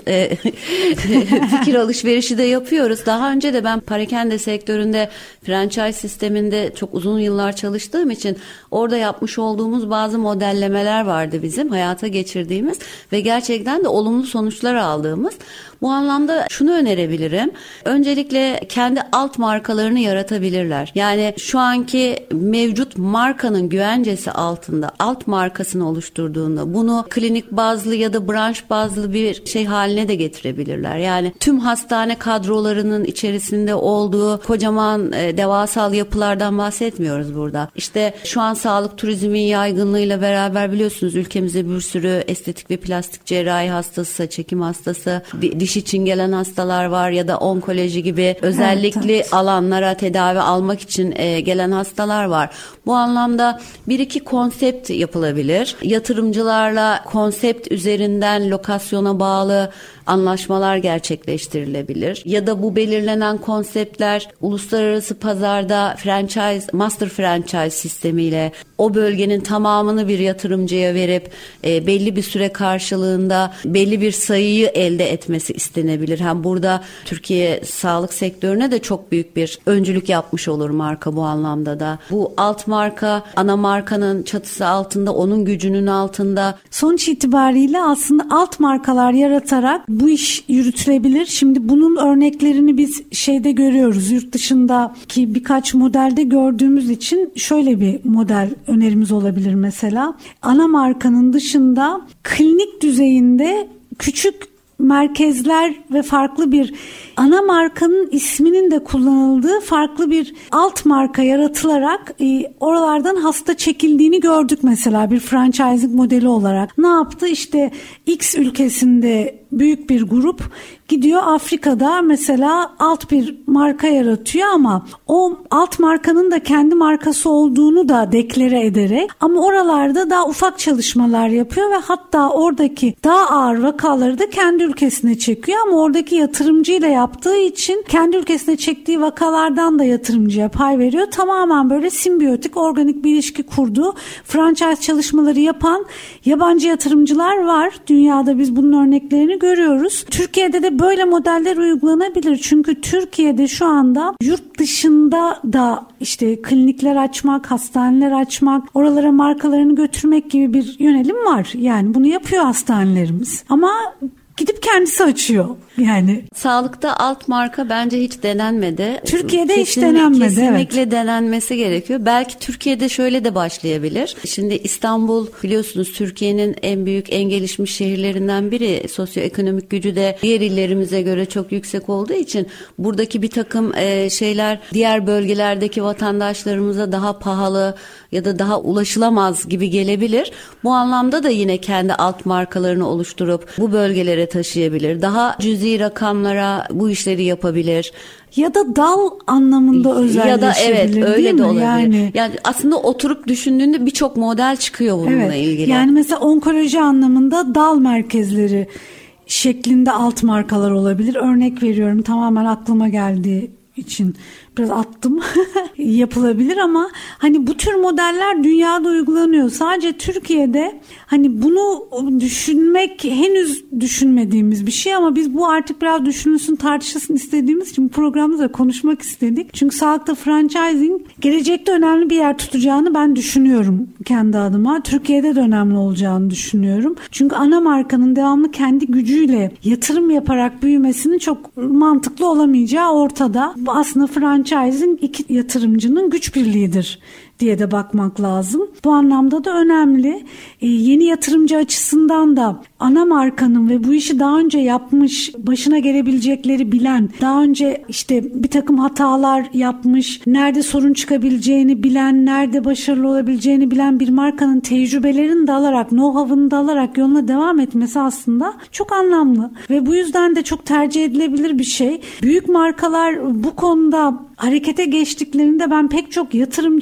Speaker 4: Fikir alışverişi de yapıyoruz. Daha önce de ben parakende sektöründe franchise sisteminde çok uzun yıllar çalıştığım için orada yapmış olduğumuz bazı modellemeler vardı bizim hayata geçirdiğimiz ve gerçekten de olumlu sonuçlar aldığımız. Bu anlamda şunu önerebilirim. Öncelikle kendi alt markalarını yaratabilirler. Yani şu anki mevcut markanın güvencesi altında alt markasını oluşturduğunda bunu klinik bazlı ya da branş bazlı bir şey haline de getirebilirler. Yani tüm hastane kadrolarının içerisinde olduğu kocaman devasal yapılardan bahsetmiyoruz burada. İşte şu an sağlık turizmin yaygınlığıyla beraber biliyorsunuz ülkemize bir sürü estetik ve plastik cerrahi hastası, saç ekim hastası, diş için gelen hastalar var ya da onkoloji gibi özellikle alanlara tedavi almak için gelen hastalar var. Bu anlamda bir iki konsept yapılabilir. Yatırımcılarla konsept üzerinden lokasyona bağlı anlaşmalar gerçekleştirilebilir. Ya da bu belirlenen konseptler uluslararası pazarda master franchise sistemiyle o bölgenin tamamını bir yatırımcıya verip belli bir süre karşılığında belli bir sayıyı elde etmesi istenebilir. Hem burada Türkiye sağlık sektörüne de çok büyük bir öncülük yapmış olur marka bu anlamda da. Bu alt marka ana markanın çatısı altında, onun gücünün altında.
Speaker 3: Sonuç itibariyle aslında alt markalar yaratarak bu iş yürütülebilir. Şimdi bunun örneklerini biz şeyde görüyoruz. Yurt dışındaki birkaç modelde gördüğümüz için şöyle bir model önerimiz olabilir mesela. Ana markanın dışında klinik düzeyinde küçük merkezler ve farklı bir ana markanın isminin de kullanıldığı farklı bir alt marka yaratılarak oralardan hasta çekildiğini gördük mesela bir franchising modeli olarak. Ne yaptı? İşte X ülkesinde büyük bir grup gidiyor Afrika'da mesela alt bir marka yaratıyor ama o alt markanın da kendi markası olduğunu da deklare ederek ama oralarda daha ufak çalışmalar yapıyor ve hatta oradaki daha ağır vakaları da kendi ülkesine çekiyor ama oradaki yatırımcıyla yaptığı için kendi ülkesine çektiği vakalardan da yatırımcıya pay veriyor. Tamamen böyle simbiyotik, organik bir ilişki kurduğu franchise çalışmaları yapan yabancı yatırımcılar var. Dünyada biz bunun örneklerini görüyoruz. Türkiye'de de böyle modeller uygulanabilir. Çünkü Türkiye'de şu anda yurt dışında da işte klinikler açmak, hastaneler açmak, oralara markalarını götürmek gibi bir yönelim var. Yani bunu yapıyor hastanelerimiz. Ama gidip kendisi açıyor yani.
Speaker 4: Sağlıkta alt marka bence hiç denenmedi.
Speaker 3: Türkiye'de hiç denenmedi.
Speaker 4: Kesinlikle denenmesi gerekiyor. Belki Türkiye'de şöyle de başlayabilir. Şimdi İstanbul biliyorsunuz Türkiye'nin en büyük, en gelişmiş şehirlerinden biri. Sosyoekonomik gücü de diğer illerimize göre çok yüksek olduğu için buradaki bir takım şeyler diğer bölgelerdeki vatandaşlarımıza daha pahalı ya da daha ulaşılamaz gibi gelebilir. Bu anlamda da yine kendi alt markalarını oluşturup bu bölgelere taşıyabilir. Daha cüzi rakamlara bu işleri yapabilir.
Speaker 3: Ya da dal anlamında özelleşebilir.
Speaker 4: Ya da evet öyle de olabilir.
Speaker 3: Yani
Speaker 4: aslında oturup düşündüğünde birçok model çıkıyor bununla ilgili.
Speaker 3: Yani mesela onkoloji anlamında dal merkezleri şeklinde alt markalar olabilir. Örnek veriyorum, tamamen aklıma geldiği için biraz attım. Yapılabilir ama hani bu tür modeller dünyada uygulanıyor. Sadece Türkiye'de hani bunu düşünmek henüz düşünmediğimiz bir şey ama biz bu artık biraz düşünülsün, tartışılsın istediğimiz için bu programda da konuşmak istedik. Çünkü sağlıkta franchising gelecekte önemli bir yer tutacağını ben düşünüyorum kendi adıma. Türkiye'de de önemli olacağını düşünüyorum. Çünkü ana markanın devamlı kendi gücüyle yatırım yaparak büyümesinin çok mantıklı olamayacağı ortada. Bu aslında franchising iki yatırımcının güç birliğidir diye de bakmak lazım. Bu anlamda da önemli. Yeni yatırımcı açısından da ana markanın ve bu işi daha önce yapmış, başına gelebilecekleri bilen, daha önce işte bir takım hatalar yapmış, nerede sorun çıkabileceğini bilen, nerede başarılı olabileceğini bilen bir markanın tecrübelerini de alarak, know-how'ını da alarak yoluna devam etmesi aslında çok anlamlı. Ve bu yüzden de çok tercih edilebilir bir şey. Büyük markalar bu konuda harekete geçtiklerinde ben pek çok yatırımcının baş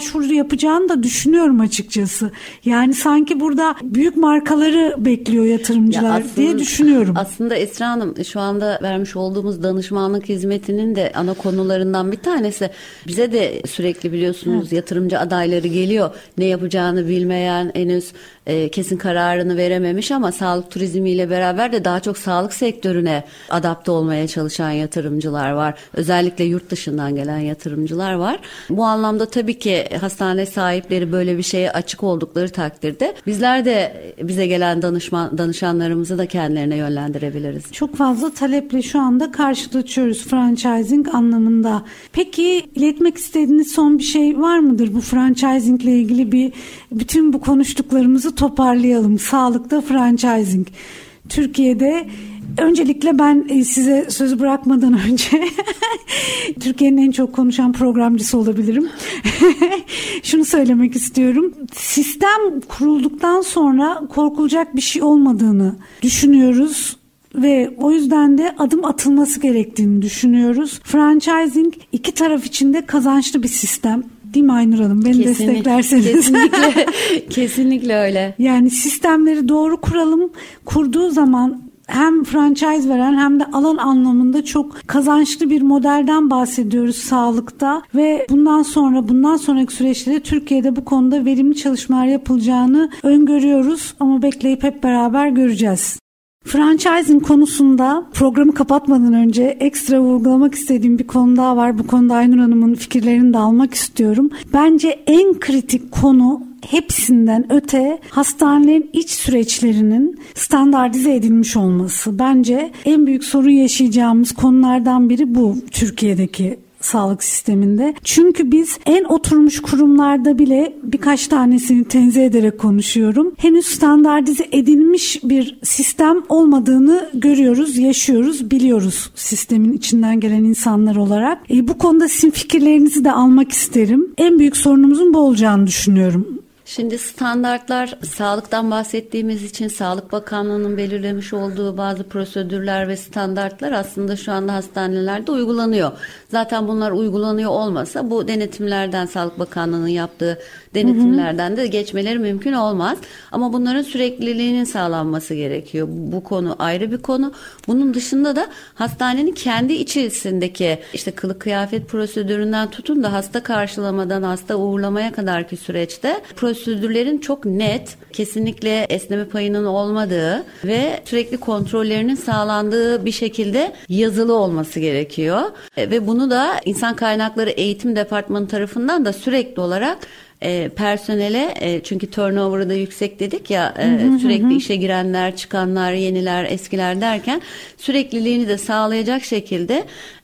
Speaker 3: başvuru yapacağını da düşünüyorum açıkçası. Yani sanki burada büyük markaları bekliyor yatırımcılar diye düşünüyorum.
Speaker 4: Aslında Esra Hanım, şu anda vermiş olduğumuz danışmanlık hizmetinin de ana konularından bir tanesi. Bize de sürekli biliyorsunuz yatırımcı adayları geliyor. Ne yapacağını bilmeyen, henüz kesin kararını verememiş ama sağlık turizmiyle beraber de daha çok sağlık sektörüne adapte olmaya çalışan yatırımcılar var. Özellikle yurt dışından gelen yatırımcılar var. Bu anlamda tabii ki hastane sahipleri böyle bir şeye açık oldukları takdirde bizler de bize gelen danışanlarımızı da kendilerine yönlendirebiliriz.
Speaker 3: Çok fazla taleple şu anda karşılaşıyoruz franchising anlamında. Peki iletmek istediğiniz son bir şey var mıdır bu franchising ile ilgili? Bütün bu konuştuklarımızı toparlayalım. Sağlıkta franchising. Türkiye'de öncelikle ben size sözü bırakmadan önce Türkiye'nin en çok konuşan programcısı olabilirim. Şunu söylemek istiyorum. Sistem kurulduktan sonra korkulacak bir şey olmadığını düşünüyoruz. Ve o yüzden de adım atılması gerektiğini düşünüyoruz. Franchising iki taraf için de kazançlı bir sistem. Değil mi Aynur Hanım? Beni desteklerseniz.
Speaker 4: Kesinlikle öyle.
Speaker 3: Yani sistemleri doğru kuralım. Kurduğu zaman hem franchise veren hem de alan anlamında çok kazançlı bir modelden bahsediyoruz sağlıkta ve bundan sonraki süreçte de Türkiye'de bu konuda verimli çalışmalar yapılacağını öngörüyoruz ama bekleyip hep beraber göreceğiz. Franchising konusunda programı kapatmadan önce ekstra vurgulamak istediğim bir konu daha var. Bu konuda Aynur Hanım'ın fikirlerini de almak istiyorum. Bence en kritik konu hepsinden öte hastanelerin iç süreçlerinin standartize edilmiş olması. Bence en büyük sorun yaşayacağımız konulardan biri bu Türkiye'deki sağlık sisteminde. Çünkü biz en oturmuş kurumlarda bile birkaç tanesini tenzih ederek konuşuyorum. Henüz standartize edilmiş bir sistem olmadığını görüyoruz, yaşıyoruz, biliyoruz sistemin içinden gelen insanlar olarak. Bu konuda sizin fikirlerinizi de almak isterim. En büyük sorunumuzun bu olacağını düşünüyorum.
Speaker 4: Şimdi standartlar, sağlıktan bahsettiğimiz için Sağlık Bakanlığı'nın belirlemiş olduğu bazı prosedürler ve standartlar aslında şu anda hastanelerde uygulanıyor. Zaten bunlar uygulanıyor olmasa bu denetimlerden, Sağlık Bakanlığı'nın yaptığı denetimlerden de geçmeleri mümkün olmaz. Ama bunların sürekliliğinin sağlanması gerekiyor. Bu konu ayrı bir konu. Bunun dışında da hastanenin kendi içerisindeki işte kılık kıyafet prosedüründen tutun da hasta karşılamadan hasta uğurlamaya kadarki süreçte prosedürlerin çok net, kesinlikle esneme payının olmadığı ve sürekli kontrollerinin sağlandığı bir şekilde yazılı olması gerekiyor. Ve bunu da İnsan Kaynakları Eğitim Departmanı tarafından da sürekli olarak personele, çünkü turnover'ı da yüksek dedik ya, sürekli işe girenler, çıkanlar, yeniler, eskiler derken sürekliliğini de sağlayacak şekilde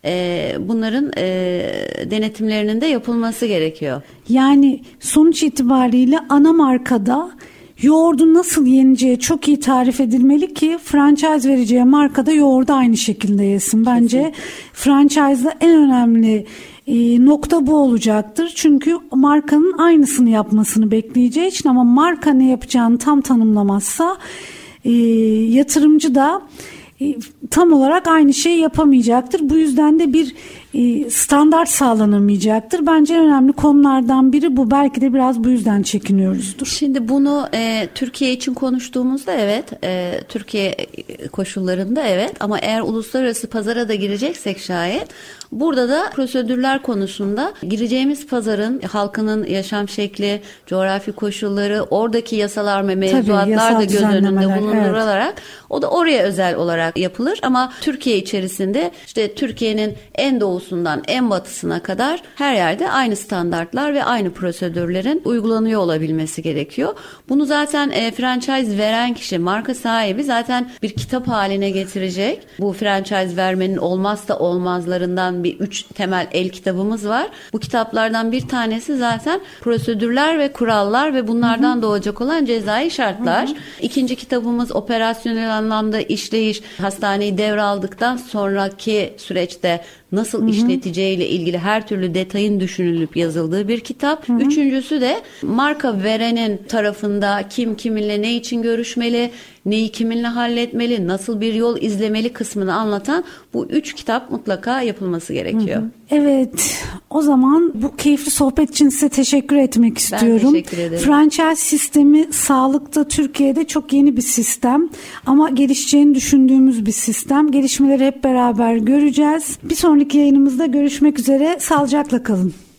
Speaker 4: bunların denetimlerinin de yapılması gerekiyor.
Speaker 3: Yani sonuç itibariyle ana markada yoğurdu nasıl yeneceği çok iyi tarif edilmeli ki franchise vereceği markada yoğurdu aynı şekilde yesin. Bence franchise'da en önemli nokta bu olacaktır. Çünkü markanın aynısını yapmasını bekleyeceği için, ama marka ne yapacağını tam tanımlamazsa yatırımcı da tam olarak aynı şeyi yapamayacaktır. Bu yüzden de bir standart sağlanamayacaktır. Bence en önemli konulardan biri bu. Belki de biraz bu yüzden çekiniyoruzdur.
Speaker 4: Şimdi bunu Türkiye için konuştuğumuzda evet, Türkiye koşullarında evet, ama eğer uluslararası pazara da gireceksek şayet, burada da prosedürler konusunda gireceğimiz pazarın halkının yaşam şekli, coğrafi koşulları, oradaki yasalar ve mevzuatlar da göz önünde bulundurularak o da oraya özel olarak yapılır. Ama Türkiye içerisinde işte Türkiye'nin en doğusundan en batısına kadar her yerde aynı standartlar ve aynı prosedürlerin uygulanıyor olabilmesi gerekiyor. Bunu zaten franchise veren kişi, marka sahibi zaten bir kitap haline getirecek. Bu franchise vermenin olmazsa olmazlarından bir 3 temel el kitabımız var. Bu kitaplardan bir tanesi zaten prosedürler ve kurallar ve bunlardan doğacak olan cezai şartlar. İkinci kitabımız operasyonel anlamda işleyiş, hastaneyi devraldıktan sonraki süreçte nasıl işleteceğiyle ilgili her türlü detayın düşünülüp yazıldığı bir kitap. Üçüncüsü de marka verenin tarafında kim kiminle ne için görüşmeli, neyi kiminle halletmeli, nasıl bir yol izlemeli kısmını anlatan bu 3 kitap mutlaka yapılması gerekiyor.
Speaker 3: Evet, o zaman bu keyifli sohbet için size teşekkür etmek istiyorum.
Speaker 4: Ben teşekkür ederim.
Speaker 3: Franchise sistemi sağlıkta Türkiye'de çok yeni bir sistem ama gelişeceğini düşündüğümüz bir sistem. Gelişmeleri hep beraber göreceğiz. Bir sonraki yayınımızda görüşmek üzere. Sağlıcakla kalın.